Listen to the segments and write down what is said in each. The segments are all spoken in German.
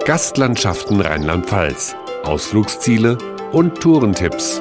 Gastlandschaften Rheinland-Pfalz, Ausflugsziele und Tourentipps.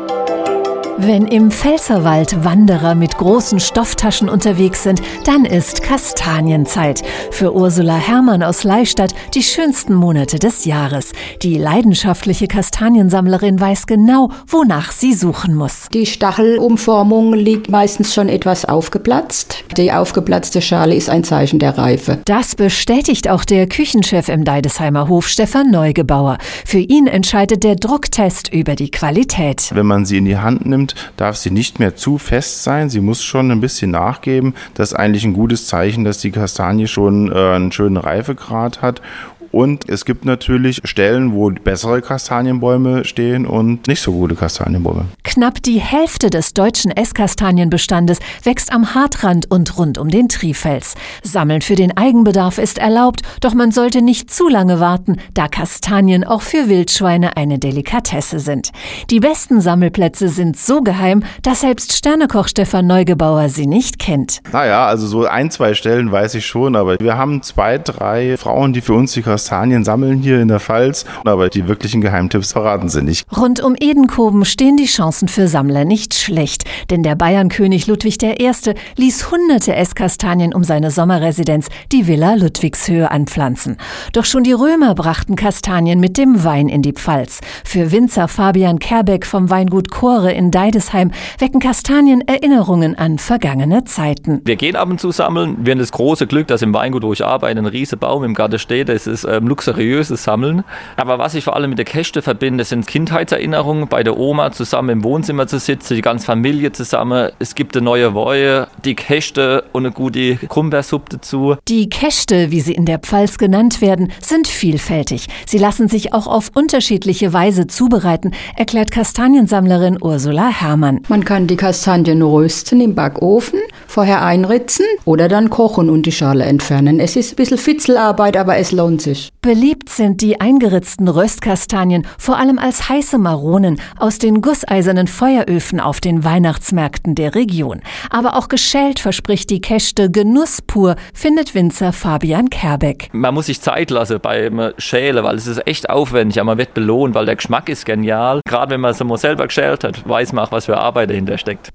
Wenn im Pfälzerwald Wanderer mit großen Stofftaschen unterwegs sind, dann ist Kastanienzeit. Für Ursula Herrmann aus Leistadt die schönsten Monate des Jahres. Die leidenschaftliche Kastaniensammlerin weiß genau, wonach sie suchen muss. Die Stachelumformung liegt meistens schon etwas aufgeplatzt. Die aufgeplatzte Schale ist ein Zeichen der Reife. Das bestätigt auch der Küchenchef im Deidesheimer Hof, Stefan Neugebauer. Für ihn entscheidet der Drucktest über die Qualität. Wenn man sie in die Hand nimmt, darf sie nicht mehr zu fest sein. Sie muss schon ein bisschen nachgeben. Das ist eigentlich ein gutes Zeichen, dass die Kastanie schon einen schönen Reifegrad hat. Und es gibt natürlich Stellen, wo bessere Kastanienbäume stehen und nicht so gute Kastanienbäume. Knapp die Hälfte des deutschen Esskastanienbestandes wächst am Hartrand und rund um den Trifels. Sammeln für den Eigenbedarf ist erlaubt, doch man sollte nicht zu lange warten, da Kastanien auch für Wildschweine eine Delikatesse sind. Die besten Sammelplätze sind so geheim, dass selbst Sternekoch Stefan Neugebauer sie nicht kennt. Naja, also so 1-2 Stellen weiß ich schon, aber wir haben 2-3 Frauen, die für uns die Kastanien sammeln hier in der Pfalz, aber die wirklichen Geheimtipps verraten sie nicht. Rund um Edenkoben stehen die Chancen für Sammler nicht schlecht, denn der Bayernkönig Ludwig I. ließ hunderte Esskastanien um seine Sommerresidenz, die Villa Ludwigshöhe, anpflanzen. Doch schon die Römer brachten Kastanien mit dem Wein in die Pfalz. Für Winzer Fabian Kerbeck vom Weingut Chore in Deidesheim wecken Kastanien Erinnerungen an vergangene Zeiten. Wir gehen ab und zu sammeln. Wir haben das große Glück, dass im Weingut, wo ich arbeite, ein riesiger Baum im Garten steht. Das ist luxuriöses Sammeln. Aber was ich vor allem mit der Käste verbinde, sind Kindheitserinnerungen, bei der Oma zusammen im Wohnzimmer zu sitzen, die ganze Familie zusammen. Es gibt eine neue Weue, die Käste und eine gute Krummbeersuppe dazu. Die Käste, wie sie in der Pfalz genannt werden, sind vielfältig. Sie lassen sich auch auf unterschiedliche Weise zubereiten, erklärt Kastaniensammlerin Ursula Herrmann. Man kann die Kastanien rösten im Backofen, vorher einritzen oder dann kochen und die Schale entfernen. Es ist ein bisschen Fitzelarbeit, aber es lohnt sich. Beliebt sind die eingeritzten Röstkastanien vor allem als heiße Maronen aus den gusseisernen Feueröfen auf den Weihnachtsmärkten der Region. Aber auch geschält verspricht die Käste Genuss pur, findet Winzer Fabian Kerbeck. Man muss sich Zeit lassen beim Schälen, weil es ist echt aufwendig, aber man wird belohnt, weil der Geschmack ist genial. Gerade wenn man es mal selber geschält hat, weiß man auch, was für Arbeit dahinter steckt.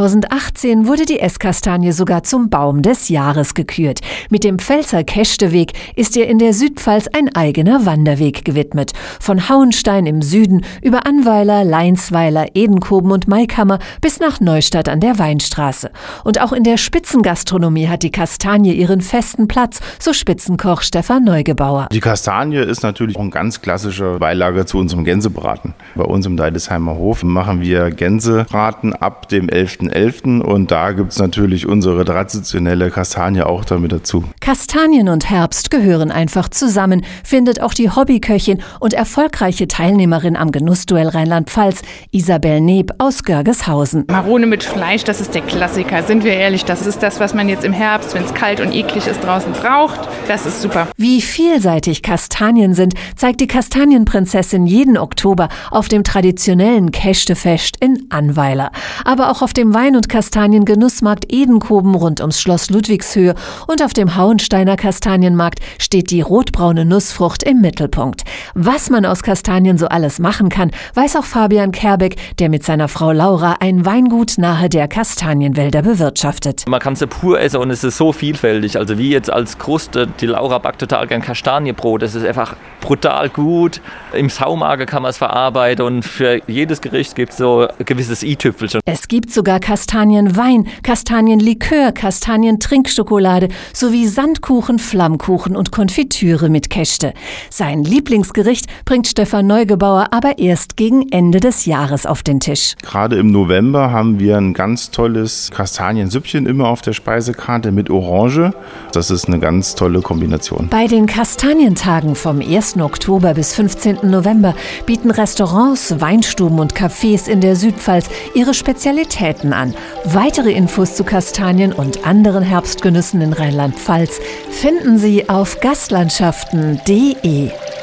2018 wurde die Esskastanie sogar zum Baum des Jahres gekürt. Mit dem Pfälzer Kästeweg ist ihr in der Südpfalz ein eigener Wanderweg gewidmet. Von Hauenstein im Süden über Annweiler, Leinsweiler, Edenkoben und Maikammer bis nach Neustadt an der Weinstraße. Und auch in der Spitzengastronomie hat die Kastanie ihren festen Platz, so Spitzenkoch Stefan Neugebauer. Die Kastanie ist natürlich auch ein ganz klassischer Beilage zu unserem Gänsebraten. Bei uns im Deidesheimer Hof machen wir Gänsebraten ab dem 11.11. und da gibt es natürlich unsere traditionelle Kastanie auch damit dazu. Kastanien und Herbst gehören einfach zusammen, findet auch die Hobbyköchin und erfolgreiche Teilnehmerin am Genussduell Rheinland-Pfalz, Isabel Neb aus Görgeshausen. Marone mit Fleisch, das ist der Klassiker, sind wir ehrlich. Das ist das, was man jetzt im Herbst, wenn es kalt und eklig ist, draußen braucht. Das ist super. Wie vielseitig Kastanien sind, zeigt die Kastanienprinzessin jeden Oktober auf dem traditionellen Kästefest in Annweiler. Aber auch auf dem Wein- und Kastaniengenussmarkt Edenkoben rund ums Schloss Ludwigshöhe und auf dem Hauensteiner Kastanienmarkt steht die rotbraune Nussfrucht im Mittelpunkt. Was man aus Kastanien so alles machen kann, weiß auch Fabian Kerbeck, der mit seiner Frau Laura ein Weingut nahe der Kastanienwälder bewirtschaftet. Man kann sie pur essen und es ist so vielfältig. Also wie jetzt als Kruste, die Laura backt total gern Kastanienbrot. Das ist einfach brutal gut. Im Saumagen kann man es verarbeiten und für jedes Gericht gibt es so ein gewisses i-Tüpfelchen. Es gibt sogar Kastanienwein, Kastanienlikör, Kastanientrinkstokolade sowie Sandkuchen, Flammkuchen und Konfitüre mit Käste. Sein Lieblingsgericht bringt Stefan Neugebauer aber erst gegen Ende des Jahres auf den Tisch. Gerade im November haben wir ein ganz tolles Kastaniensüppchen immer auf der Speisekarte mit Orange. Das ist eine ganz tolle Kombination. Bei den Kastanientagen vom 1. Oktober bis 15. November bieten Restaurants, Weinstuben und Cafés in der Südpfalz ihre Spezialitäten an. Weitere Infos zu Kastanien und anderen Herbstgenüssen in Rheinland-Pfalz finden Sie auf gastlandschaften.de.